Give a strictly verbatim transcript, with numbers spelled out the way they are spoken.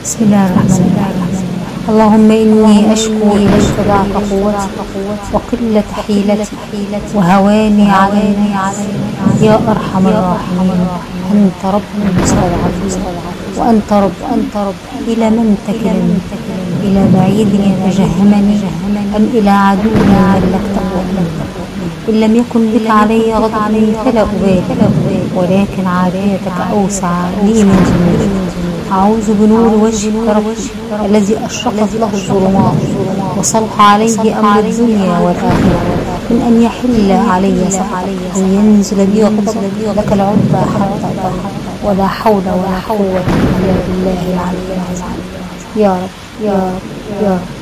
بسم الله الرحمن الرحيم. اللهم إني أشكو إليك ضعف قوتي وقلة حيلتي وهواني علينا يا أرحم الراحمين. أنت رب المستضعفين، وأنت رب أنت رب إلى من تكلني؟ إلى بعيد يتجهمني أم إلى عدو ملكت قوتي؟ إن لم يكن بك علي غضب فلا أبالي، ولكن عافيتك أوسع لي من ذنوبي. أعوذ بنور وجهك ربي الذي أشرقت له الظلمات وصلح عليه أمر الدنيا والآخرة من أن يحل علي سخطك أو ينزل بي غضبك. لك العتبى حتى ترضى، ولا حول ولا قوة إلا بالله العلي العظيم. يا رب يا رب يا رب.